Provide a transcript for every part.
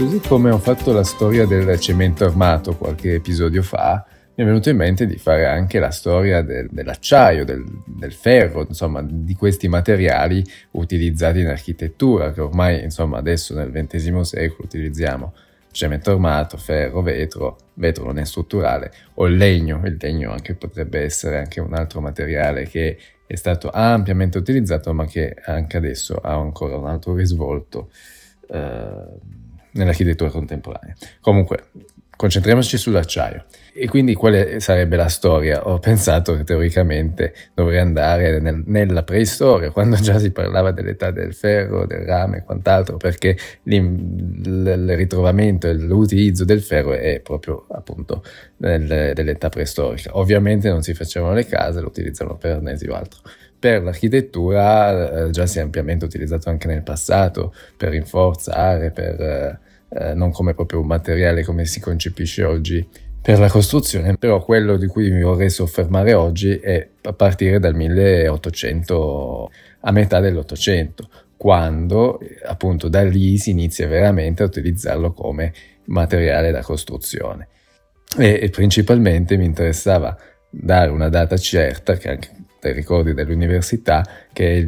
così come ho fatto la storia del cemento armato qualche episodio fa, mi è venuto in mente di fare anche la storia dell'acciaio, del ferro, insomma, di questi materiali utilizzati in architettura, che ormai, insomma, adesso nel XX secolo utilizziamo cemento armato, ferro, vetro non è strutturale, o il legno anche potrebbe essere anche un altro materiale che è stato ampiamente utilizzato, ma che anche adesso ha ancora un altro risvolto nell'architettura contemporanea. Comunque, concentriamoci sull'acciaio. E quindi quale sarebbe la storia? Ho pensato che teoricamente dovrei andare nella preistoria, quando già si parlava dell'età del ferro, del rame e quant'altro, perché il ritrovamento e l'utilizzo del ferro è proprio appunto dell'età preistorica. Ovviamente non si facevano le case, lo utilizzano per arnesi o altro. Per l'architettura già si è ampiamente utilizzato anche nel passato, per rinforzare, non come proprio un materiale come si concepisce oggi per la costruzione, però quello di cui mi vorrei soffermare oggi è a partire dal 1800, a metà dell'800, quando appunto da lì si inizia veramente a utilizzarlo come materiale da costruzione. E principalmente mi interessava dare una data certa, che anche dai ricordi dell'università, che è il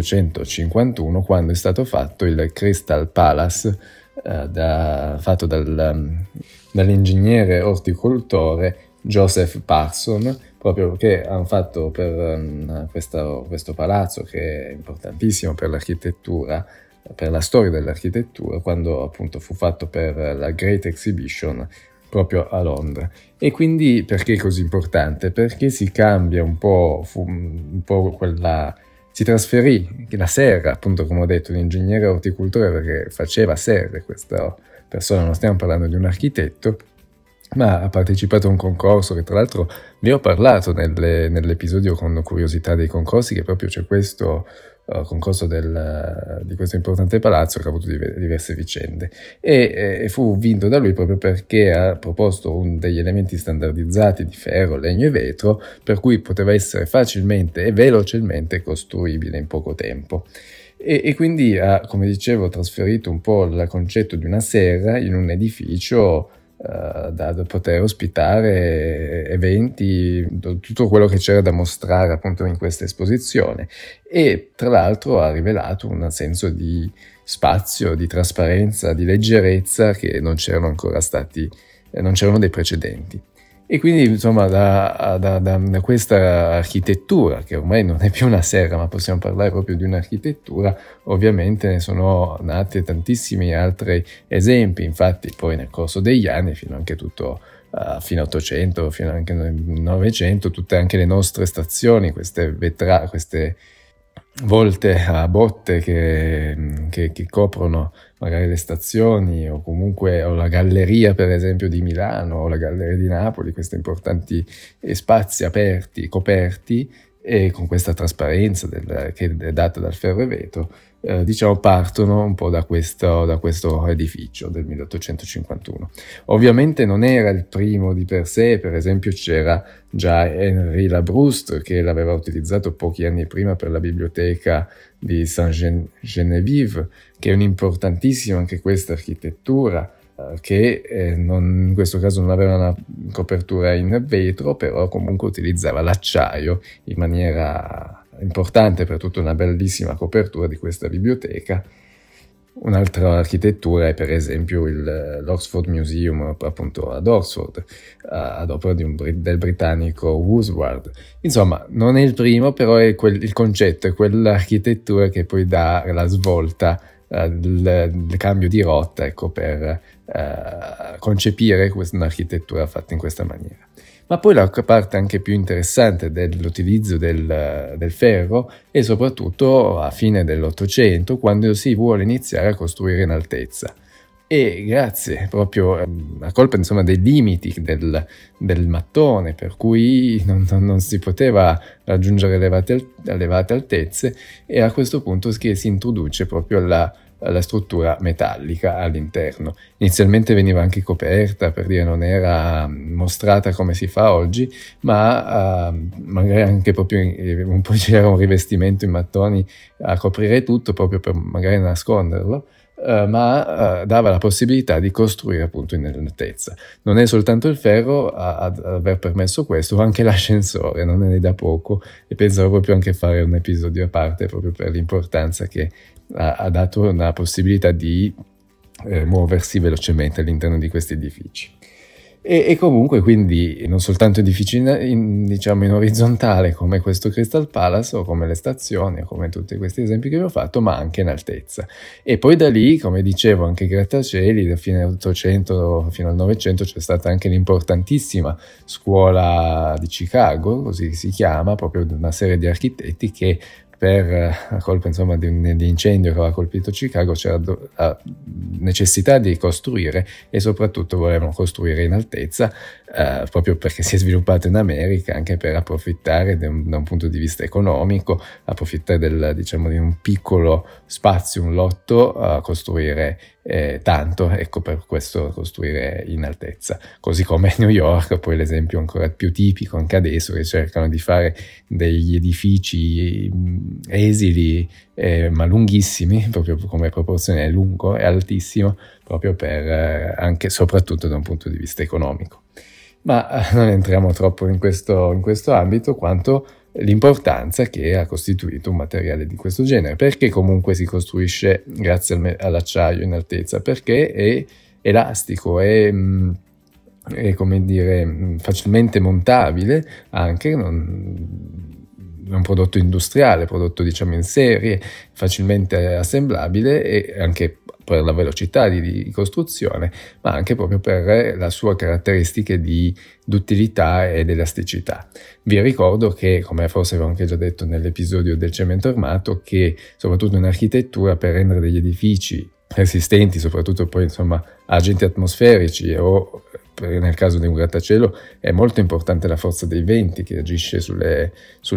1851, quando è stato fatto il Crystal Palace, fatto dall'ingegnere orticoltore Joseph Parson, proprio che hanno fatto per questo palazzo, che è importantissimo per l'architettura, per la storia dell'architettura, quando appunto fu fatto per la Great Exhibition proprio a Londra. E quindi perché è così importante? Perché si cambia un po' quella... Si trasferì la serra, appunto, come ho detto, un ingegnere orticoltore, perché faceva serre questa persona, non stiamo parlando di un architetto, ma ha partecipato a un concorso che tra l'altro vi ho parlato nell'episodio con curiosità dei concorsi, che proprio c'è questo concorso di questo importante palazzo che ha avuto diverse vicende, e fu vinto da lui proprio perché ha proposto degli elementi standardizzati di ferro, legno e vetro, per cui poteva essere facilmente e velocemente costruibile in poco tempo. E quindi ha, come dicevo, trasferito un po' il concetto di una serra in un edificio da poter ospitare eventi, tutto quello che c'era da mostrare appunto in questa esposizione, e tra l'altro ha rivelato un senso di spazio, di trasparenza, di leggerezza che non c'erano dei precedenti. E quindi insomma da questa architettura, che ormai non è più una serra, ma possiamo parlare proprio di un'architettura, ovviamente ne sono nati tantissimi altri esempi. Infatti poi nel corso degli anni, fino anche fino all'Ottocento, fino anche nel Novecento, tutte anche le nostre stazioni, queste volte a botte che coprono magari le stazioni, o comunque la galleria per esempio di Milano o la galleria di Napoli, questi importanti spazi aperti, coperti, e con questa trasparenza che è data dal ferro e vetro, partono un po' da questo edificio del 1851. Ovviamente non era il primo di per sé, per esempio c'era già Henri Labrouste, che l'aveva utilizzato pochi anni prima per la biblioteca di Saint-Geneviève, che è un'importantissima anche questa architettura, che in questo caso non aveva una copertura in vetro, però comunque utilizzava l'acciaio in maniera importante per tutta una bellissima copertura di questa biblioteca. Un'altra architettura è per esempio l'Oxford Museum, appunto ad Oxford, ad opera del britannico Woodward. Insomma, non è il primo, però è il concetto, è quell'architettura che poi dà la svolta, il cambio di rotta, ecco, per concepire un'architettura fatta in questa maniera. Ma poi la parte anche più interessante dell'utilizzo del ferro è soprattutto a fine dell'Ottocento, quando si vuole iniziare a costruire in altezza. E grazie proprio a colpa, insomma, dei limiti del mattone, per cui non si poteva raggiungere elevate altezze, e a questo punto si introduce proprio la struttura metallica all'interno. Inizialmente veniva anche coperta, per dire, non era mostrata come si fa oggi, ma magari anche proprio un po' c'era un rivestimento in mattoni a coprire tutto, proprio per magari nasconderlo. ma dava la possibilità di costruire appunto in altezza. Non è soltanto il ferro ad aver permesso questo, ma anche l'ascensore, non è da poco, e pensavo proprio anche fare un episodio a parte proprio per l'importanza che ha dato una possibilità di muoversi velocemente all'interno di questi edifici. E comunque quindi non soltanto edifici diciamo in orizzontale come questo Crystal Palace o come le stazioni o come tutti questi esempi che vi ho fatto, ma anche in altezza. E poi da lì, come dicevo, anche i grattacieli, da fine dell'Ottocento fino al Novecento c'è stata anche l'importantissima scuola di Chicago, così si chiama, proprio una serie di architetti che a colpa insomma di un incendio che aveva colpito Chicago c'era la necessità di costruire e soprattutto volevano costruire in altezza, proprio perché si è sviluppato in America, anche per approfittare da un punto di vista economico, approfittare diciamo di un piccolo spazio, un lotto, a costruire tanto, ecco, per questo costruire in altezza. Così come New York, poi l'esempio ancora più tipico anche adesso, che cercano di fare degli edifici esili ma lunghissimi, proprio come proporzione, è lungo e altissimo, proprio per anche soprattutto da un punto di vista economico. Ma non entriamo troppo in questo ambito, quanto l'importanza che ha costituito un materiale di questo genere. Perché comunque si costruisce grazie all'acciaio in altezza? Perché è elastico, è come dire, facilmente montabile, anche è un prodotto industriale, prodotto diciamo in serie, facilmente assemblabile, e anche per la velocità di costruzione, ma anche proprio per la sua caratteristiche di duttilità ed elasticità. Vi ricordo che, come forse avevo anche già detto nell'episodio del cemento armato, che soprattutto in architettura, per rendere degli edifici resistenti, soprattutto poi insomma agenti atmosferici o nel caso di un grattacielo, è molto importante la forza dei venti che agisce sulle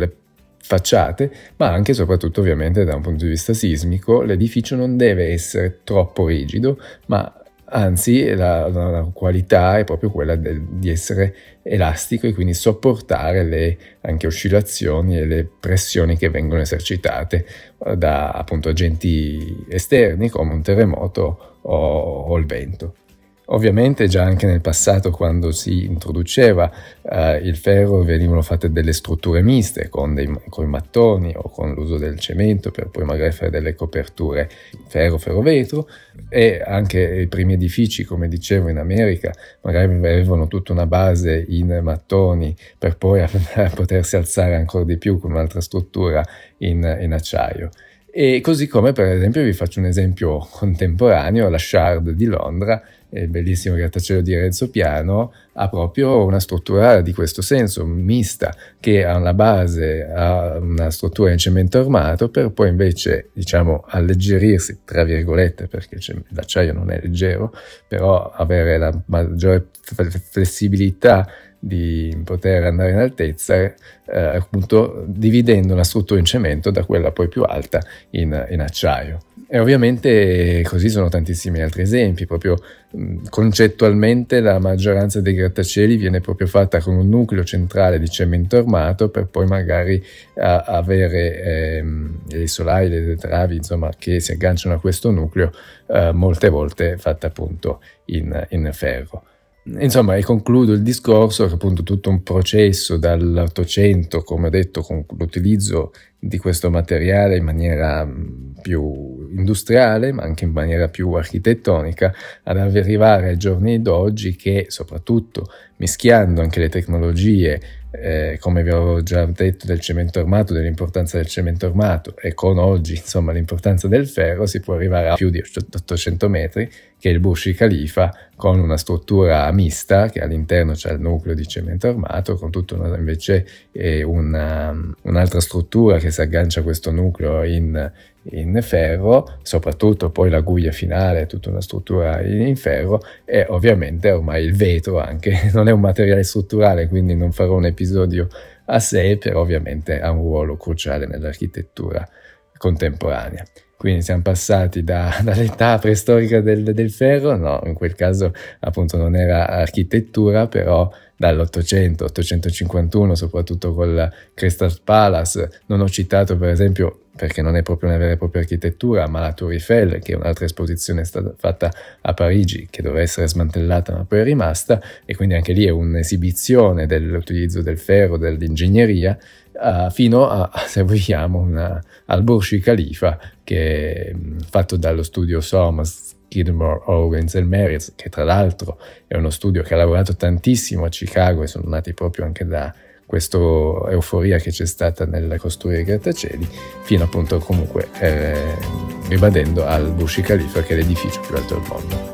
facciate, ma anche e soprattutto ovviamente da un punto di vista sismico. L'edificio non deve essere troppo rigido, ma anzi la qualità è proprio quella di essere elastico e quindi sopportare le anche oscillazioni e le pressioni che vengono esercitate da appunto agenti esterni come un terremoto o il vento. Ovviamente già anche nel passato, quando si introduceva il ferro, venivano fatte delle strutture miste con i mattoni o con l'uso del cemento, per poi magari fare delle coperture ferro-vetro, e anche i primi edifici, come dicevo, in America magari avevano tutta una base in mattoni per poi potersi alzare ancora di più con un'altra struttura in acciaio. E così come, per esempio, vi faccio un esempio contemporaneo: la Shard di Londra, il bellissimo grattacielo di Renzo Piano, ha proprio una struttura di questo senso, mista, che ha una base, ha una struttura in cemento armato, per poi invece, diciamo, alleggerirsi, tra virgolette, perché l'acciaio non è leggero, però avere la maggiore flessibilità di poter andare in altezza, appunto dividendo la struttura in cemento da quella poi più alta in acciaio. E ovviamente così sono tantissimi altri esempi. Proprio concettualmente la maggioranza dei grattacieli viene proprio fatta con un nucleo centrale di cemento armato, per poi magari avere i solai, le travi, insomma, che si agganciano a questo nucleo, molte volte fatte appunto in ferro. Insomma, e concludo il discorso che appunto tutto un processo dall'800, come ho detto, con l'utilizzo di questo materiale in maniera più industriale, ma anche in maniera più architettonica, ad arrivare ai giorni d'oggi, che soprattutto mischiando anche le tecnologie, come vi avevo già detto, del cemento armato, dell'importanza del cemento armato, e con oggi insomma l'importanza del ferro, si può arrivare a più di 800 metri, che è il Burj Khalifa, con una struttura mista che all'interno c'è il nucleo di cemento armato, con tutta invece un'altra struttura che si aggancia a questo nucleo in ferro, soprattutto poi la guglia finale è tutta una struttura in ferro, e ovviamente ormai il vetro anche non è un materiale strutturale, quindi non farò un episodio a sé, però ovviamente ha un ruolo cruciale nell'architettura contemporanea. Quindi siamo passati dall'età preistorica del ferro, no, in quel caso appunto non era architettura, però dall'800, 851, soprattutto col Crystal Palace. Non ho citato per esempio perché non è proprio una vera e propria architettura, ma la Tour Eiffel, che è un'altra esposizione stata fatta a Parigi, che doveva essere smantellata ma poi è rimasta, e quindi anche lì è un'esibizione dell'utilizzo del ferro, dell'ingegneria, fino a, se vogliamo, al Burj Khalifa, che è fatto dallo studio Sommers, Skidmore, Owens e Merritt, che tra l'altro è uno studio che ha lavorato tantissimo a Chicago, e sono nati proprio anche da questa euforia che c'è stata nel costruire i grattacieli, fino appunto comunque ribadendo al Burj Khalifa, che è l'edificio più alto del mondo.